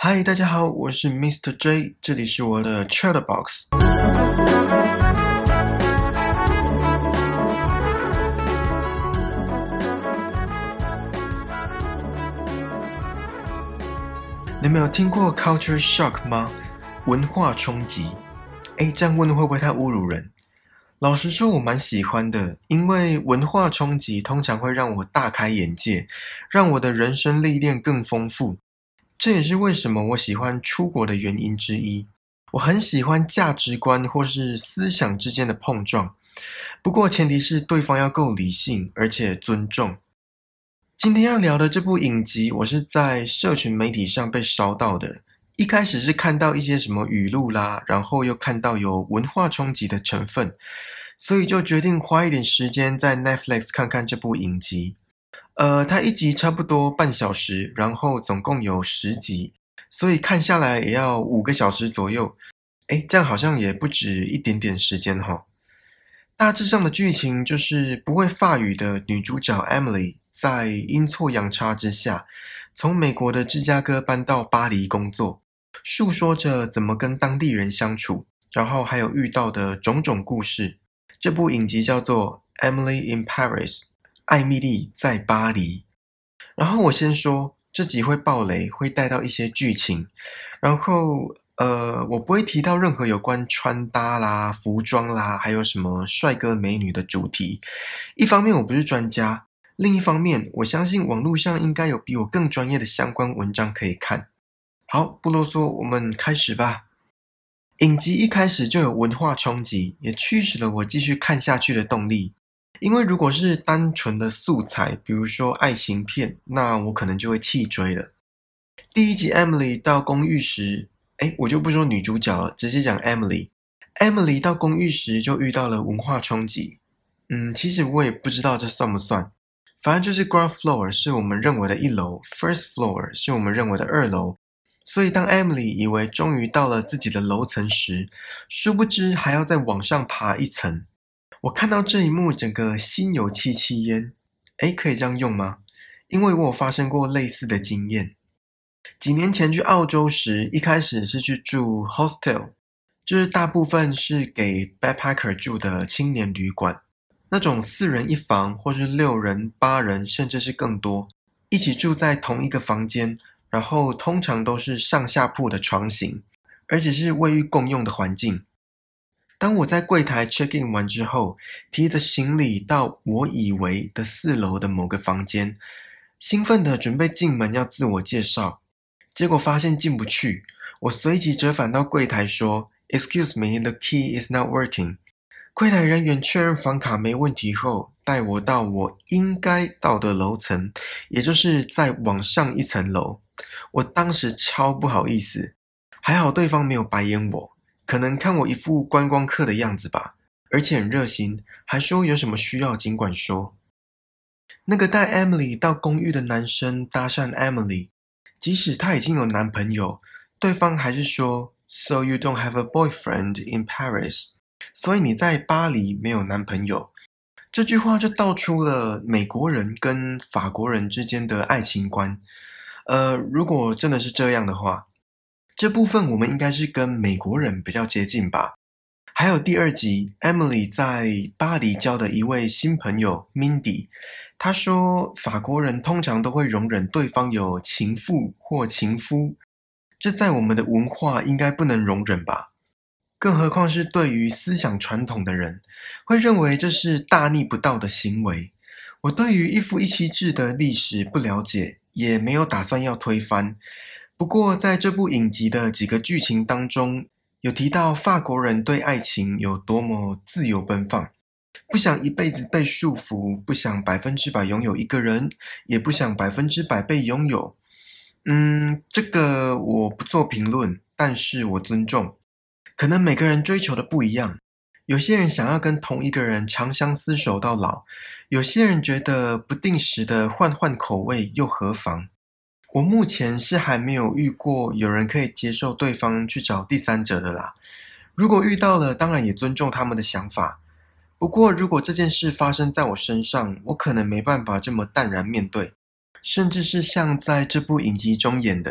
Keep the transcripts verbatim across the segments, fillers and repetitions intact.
嗨，大家好，我是 Mister J， 这里是我的 Chatterbox。你们有听过 culture shock 吗？文化冲击。诶，这样问会不会太侮辱人？老实说，我蛮喜欢的，因为文化冲击通常会让我大开眼界，让我的人生历练更丰富。这也是为什么我喜欢出国的原因之一。我很喜欢价值观或是思想之间的碰撞，不过前提是对方要够理性，而且尊重。今天要聊的这部影集，我是在社群媒体上被烧到的。一开始是看到一些什么语录啦，然后又看到有文化冲击的成分，所以就决定花一点时间在 Netflix 看看这部影集。呃，它一集差不多半小时，然后总共有十集，所以看下来也要五个小时左右。诶，这样好像也不止一点点时间齁。大致上的剧情就是不会法语的女主角 Emily 在阴错阳差之下，从美国的芝加哥搬到巴黎工作，述说着怎么跟当地人相处，然后还有遇到的种种故事。这部影集叫做 Emily in Paris， 艾蜜莉在巴黎。然后我先说，这集会爆雷，会带到一些剧情，然后呃，我不会提到任何有关穿搭啦、服装啦，还有什么帅哥美女的主题。一方面我不是专家，另一方面我相信网络上应该有比我更专业的相关文章可以看。好，不啰嗦，我们开始吧。影集一开始就有文化冲击，也驱使了我继续看下去的动力。因为如果是单纯的素材，比如说爱情片，那我可能就会弃追了。第一集 Emily 到公寓时，诶，我就不说女主角了，直接讲 Emily。Emily 到公寓时就遇到了文化冲击。嗯，其实我也不知道这算不算。反正就是 ground floor 是我们认为的一楼， first floor 是我们认为的二楼。所以当 Emily 以为终于到了自己的楼层时，殊不知还要再往上爬一层。我看到这一幕，整个心有戚戚焉。诶，可以这样用吗？因为我有发生过类似的经验。几年前去澳洲时，一开始是去住 hostel， 就是大部分是给 backpacker 住的青年旅馆，那种四人一房或是六人、八人，甚至是更多，一起住在同一个房间，然后通常都是上下铺的床型，而且是卫浴共用的环境。当我在柜台 check in 完之后，提着行李到我以为的四楼的某个房间，兴奋的准备进门要自我介绍，结果发现进不去。我随即折返到柜台说 Excuse me, the key is not working。 柜台人员确认房卡没问题后，带我到我应该到的楼层，也就是再往上一层楼。我当时超不好意思，还好对方没有白眼我，可能看我一副观光客的样子吧，而且很热心，还说有什么需要尽管说。那个带 Emily 到公寓的男生搭讪 Emily， 即使他已经有男朋友，对方还是说 So you don't have a boyfriend in Paris， 所以你在巴黎没有男朋友。这句话就道出了美国人跟法国人之间的爱情观。呃，如果真的是这样的话，这部分我们应该是跟美国人比较接近吧。还有第二集 Emily 在巴黎交的一位新朋友 Mindy， 她说法国人通常都会容忍对方有情妇或情夫，这在我们的文化应该不能容忍吧。更何况是对于思想传统的人，会认为这是大逆不道的行为。我对于一夫一妻制的历史不了解，也没有打算要推翻。不过在这部影集的几个剧情当中，有提到法国人对爱情有多么自由奔放，不想一辈子被束缚，不想百分之百拥有一个人，也不想百分之百被拥有。嗯，这个我不做评论，但是我尊重。可能每个人追求的不一样，有些人想要跟同一个人长相厮守到老，有些人觉得不定时的换换口味又何妨。我目前是还没有遇过有人可以接受对方去找第三者的啦。如果遇到了，当然也尊重他们的想法。不过如果这件事发生在我身上，我可能没办法这么淡然面对，甚至是像在这部影集中演的，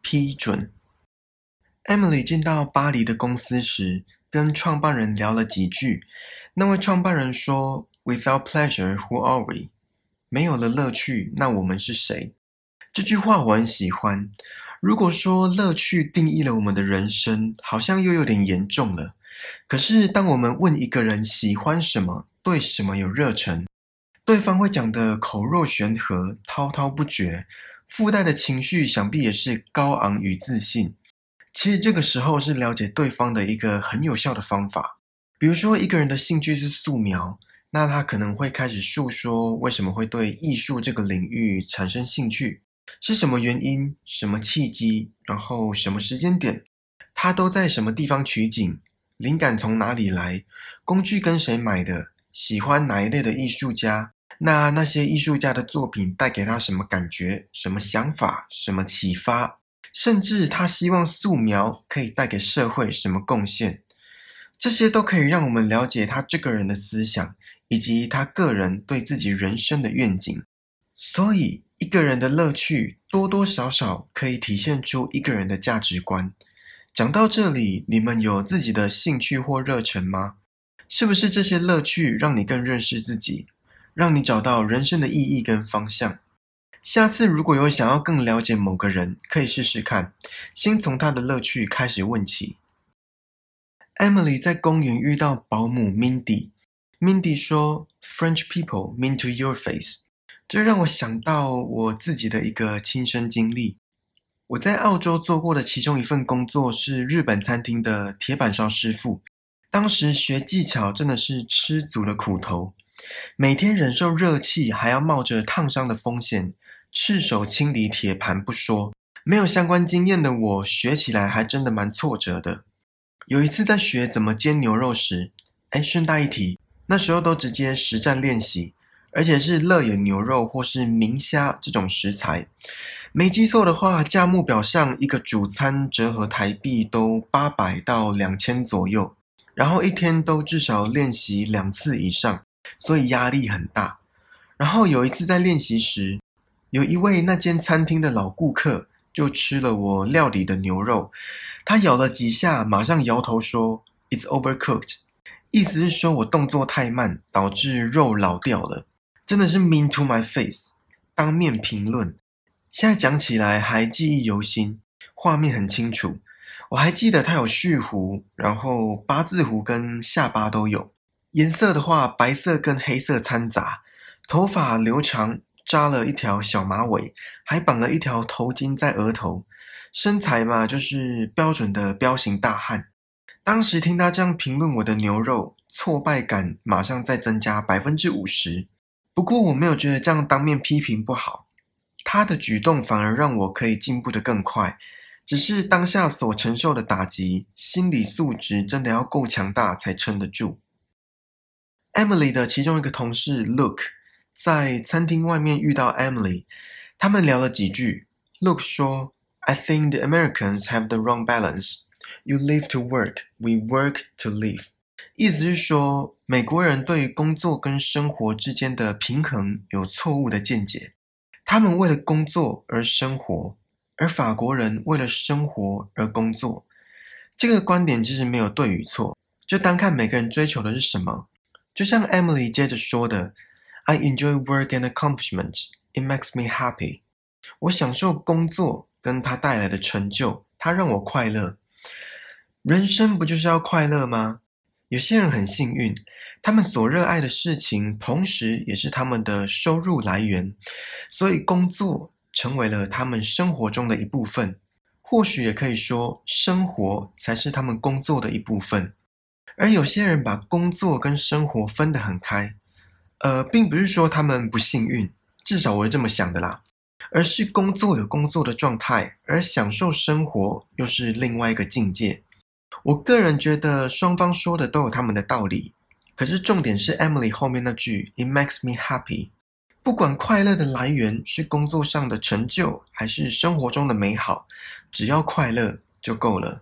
批准。Emily 进到巴黎的公司时，跟创办人聊了几句。那位创办人说 Without pleasure, who are we? 没有了乐趣，那我们是谁？这句话我很喜欢。如果说乐趣定义了我们的人生，好像又有点严重了。可是当我们问一个人喜欢什么，对什么有热忱，对方会讲得口若悬河，滔滔不绝，附带的情绪想必也是高昂与自信。其实这个时候是了解对方的一个很有效的方法。比如说一个人的兴趣是素描，那他可能会开始述说为什么会对艺术这个领域产生兴趣，是什么原因，什么契机，然后什么时间点，他都在什么地方取景，灵感从哪里来，工具跟谁买的，喜欢哪一类的艺术家，那那些艺术家的作品带给他什么感觉，什么想法，什么启发，甚至他希望素描可以带给社会什么贡献。这些都可以让我们了解他这个人的思想，以及他个人对自己人生的愿景。所以一个人的乐趣多多少少可以体现出一个人的价值观。讲到这里，你们有自己的兴趣或热忱吗？是不是这些乐趣让你更认识自己，让你找到人生的意义跟方向？下次如果有想要更了解某个人，可以试试看，先从他的乐趣开始问起。Emily 在公园遇到保姆 Mindy。Mindy 说 French people mean to your face。 这让我想到我自己的一个亲身经历。我在澳洲做过的其中一份工作是日本餐厅的铁板烧师傅。当时学技巧真的是吃足了苦头，每天忍受热气，还要冒着烫伤的风险，赤手清理铁盘不说，没有相关经验的我学起来还真的蛮挫折的。有一次在学怎么煎牛肉时，哎，顺带一提，那时候都直接实战练习，而且是乐眼牛肉或是明虾这种食材。没记错的话，价目表上一个主餐折合台币都八百到两千左右，然后一天都至少练习两次以上，所以压力很大。然后有一次在练习时，有一位那间餐厅的老顾客就吃了我料理的牛肉，他咬了几下，马上摇头说 It's overcooked， 意思是说我动作太慢，导致肉老掉了。真的是 mean to my face， 当面评论。现在讲起来还记忆犹新，画面很清楚。我还记得他有蓄胡，然后八字胡跟下巴都有。颜色的话，白色跟黑色掺杂。头发留长，扎了一条小马尾，还绑了一条头巾在额头。身材嘛，就是标准的彪形大汉。当时听他这样评论我的牛肉，挫败感马上再增加 百分之五十。 不过我没有觉得这样当面批评不好，他的举动反而让我可以进步得更快。只是当下所承受的打击，心理素质真的要够强大才撑得住。Emily 的其中一个同事 Luke 在餐厅外面遇到 Emily， 他们聊了几句。 Luke 说 I think the Americans have the wrong balance. You live to work, we work to live。 意思是说，美国人对于工作跟生活之间的平衡有错误的见解，他们为了工作而生活，而法国人为了生活而工作。这个观点其实没有对与错，就单看每个人追求的是什么。就像 Emily 接着说的 I enjoy work and accomplishments. It makes me happy. 我享受工作跟它带来的成就，它让我快乐。人生不就是要快乐吗？有些人很幸运，他们所热爱的事情同时也是他们的收入来源，所以工作成为了他们生活中的一部分。或许也可以说，生活才是他们工作的一部分。而有些人把工作跟生活分得很开，呃，并不是说他们不幸运，至少我是这么想的啦，而是工作有工作的状态，而享受生活又是另外一个境界。我个人觉得双方说的都有他们的道理，可是重点是 Emily 后面那句 It makes me happy。 不管快乐的来源是工作上的成就还是生活中的美好，只要快乐就够了。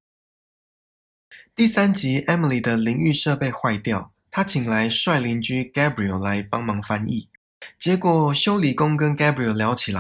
第三集 Emily 的淋浴设备坏掉，她请来帅邻居 Gabriel 来帮忙翻译。结果修理工跟 Gabriel 聊起来，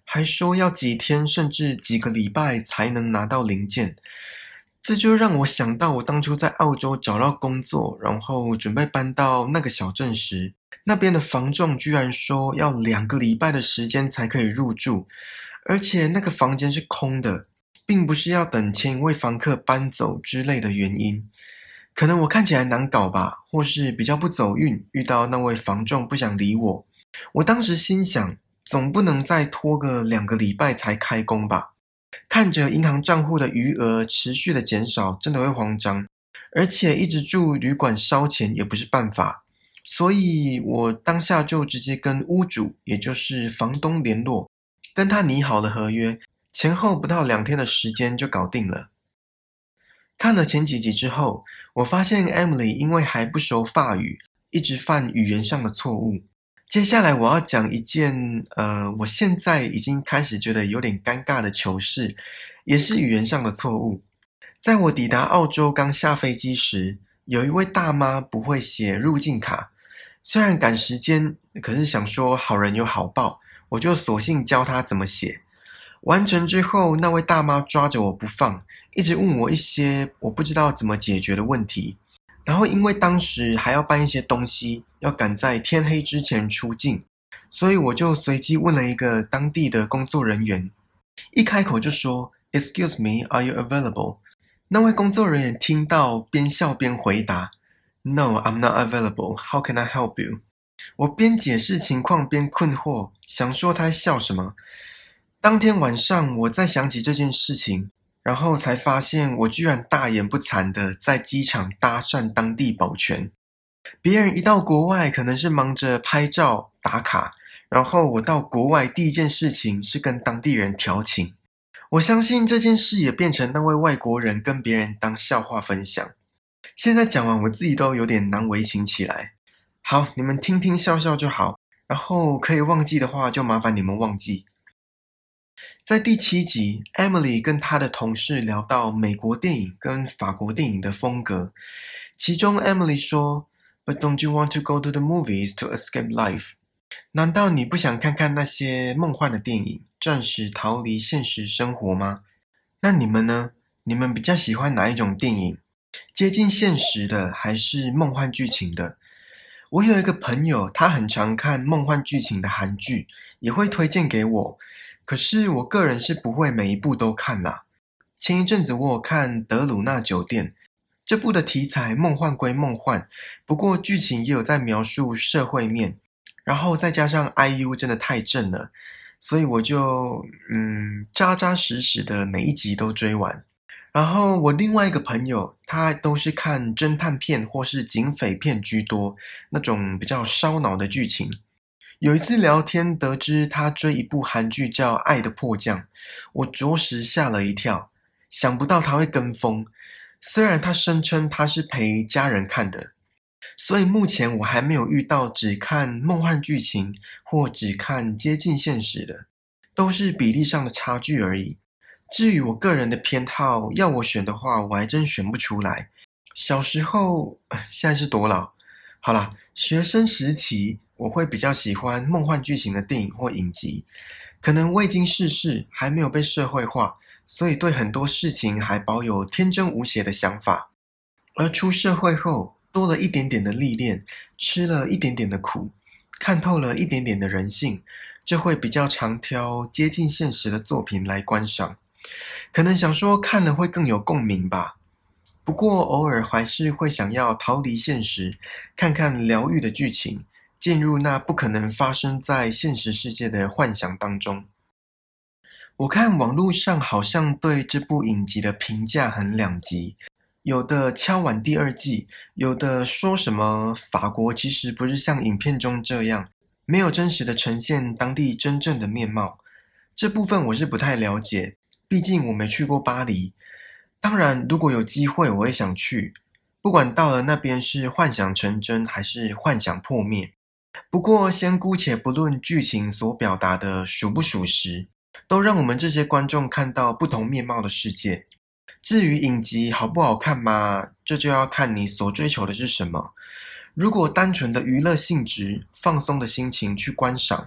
还说要几天甚至几个礼拜才能拿到零件。这就让我想到我当初在澳洲找到工作，然后准备搬到那个小镇时，那边的房仲居然说要两个礼拜的时间才可以入住，而且那个房间是空的，并不是要等前一位房客搬走之类的原因。可能我看起来难搞吧，或是比较不走运，遇到那位房仲不想理我。我当时心想，总不能再拖个两个礼拜才开工吧。看着银行账户的余额持续的减少，真的会慌张，而且一直住旅馆烧钱也不是办法，所以我当下就直接跟屋主，也就是房东联络，跟他拟好了合约，前后不到两天的时间就搞定了。看了前几集之后，我发现 Emily 因为还不熟法语，一直犯语言上的错误。接下来我要讲一件呃，我现在已经开始觉得有点尴尬的糗事，也是语言上的错误。在我抵达澳洲刚下飞机时，有一位大妈不会写入境卡，虽然赶时间，可是想说好人有好报，我就索性教她怎么写。完成之后，那位大妈抓着我不放，一直问我一些我不知道怎么解决的问题。然后因为当时还要办一些东西，要赶在天黑之前出境，所以我就随机问了一个当地的工作人员，一开口就说 Excuse me, are you available? 那位工作人员听到边笑边回答 No, I'm not available. How can I help you? 我边解释情况边困惑，想说他在笑什么。当天晚上我再想起这件事情，然后才发现我居然大言不惭的在机场搭讪当地保全。别人一到国外可能是忙着拍照打卡，然后我到国外第一件事情是跟当地人调情。我相信这件事也变成那位外国人跟别人当笑话分享。现在讲完我自己都有点难为情起来。好，你们听听笑笑就好，然后可以忘记的话就麻烦你们忘记。在第七集 Emily 跟她的同事聊到美国电影跟法国电影的风格，其中 Emily 说 But don't you want to go to the movies to escape life? 难道你不想看看那些梦幻的电影，暂时逃离现实生活吗？那你们呢？你们比较喜欢哪一种电影？接近现实的还是梦幻剧情的？我有一个朋友，他很常看梦幻剧情的韩剧，也会推荐给我，可是我个人是不会每一部都看啦。前一阵子我有看《德鲁纳酒店》，这部的题材梦幻归梦幻，不过剧情也有在描述社会面，然后再加上 I U 真的太正了，所以我就嗯扎扎实实的每一集都追完。然后我另外一个朋友，他都是看侦探片或是警匪片居多，那种比较烧脑的剧情。有一次聊天得知他追一部韩剧叫《爱的迫降》，我着实吓了一跳，想不到他会跟风。虽然他声称他是陪家人看的，所以目前我还没有遇到只看梦幻剧情或只看接近现实的，都是比例上的差距而已。至于我个人的偏好，要我选的话，我还真选不出来。小时候，现在是多老？好啦，学生时期我会比较喜欢梦幻剧情的电影或影集，可能未经世事，还没有被社会化，所以对很多事情还保有天真无邪的想法。而出社会后，多了一点点的历练，吃了一点点的苦，看透了一点点的人性，就会比较常挑接近现实的作品来观赏。可能想说看了会更有共鸣吧，不过偶尔还是会想要逃离现实，看看疗愈的剧情，进入那不可能发生在现实世界的幻想当中。我看网络上好像对这部影集的评价很两极，有的敲碗第二季，有的说什么法国其实不是像影片中这样，没有真实的呈现当地真正的面貌。这部分我是不太了解，毕竟我没去过巴黎。当然如果有机会我也想去，不管到了那边是幻想成真还是幻想破灭。不过先姑且不论剧情所表达的属不属实，都让我们这些观众看到不同面貌的世界。至于影集好不好看嘛，这就要看你所追求的是什么。如果单纯的娱乐性质，放松的心情去观赏，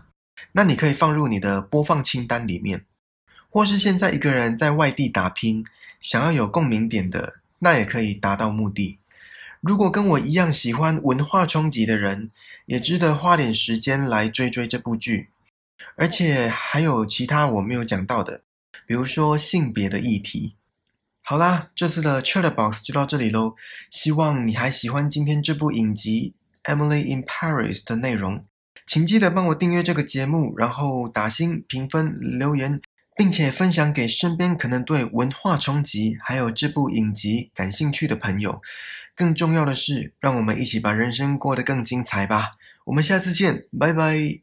那你可以放入你的播放清单里面。或是现在一个人在外地打拼，想要有共鸣点的，那也可以达到目的。如果跟我一样喜欢文化冲击的人，也值得花点时间来追追这部剧。而且还有其他我没有讲到的，比如说性别的议题。好啦，这次的 Chatterbox 就到这里咯，希望你还喜欢今天这部影集 Emily in Paris 的内容。请记得帮我订阅这个节目，然后打星、评分、留言，并且分享给身边可能对文化冲击还有这部影集感兴趣的朋友。更重要的是，让我们一起把人生过得更精彩吧。我们下次见，拜拜。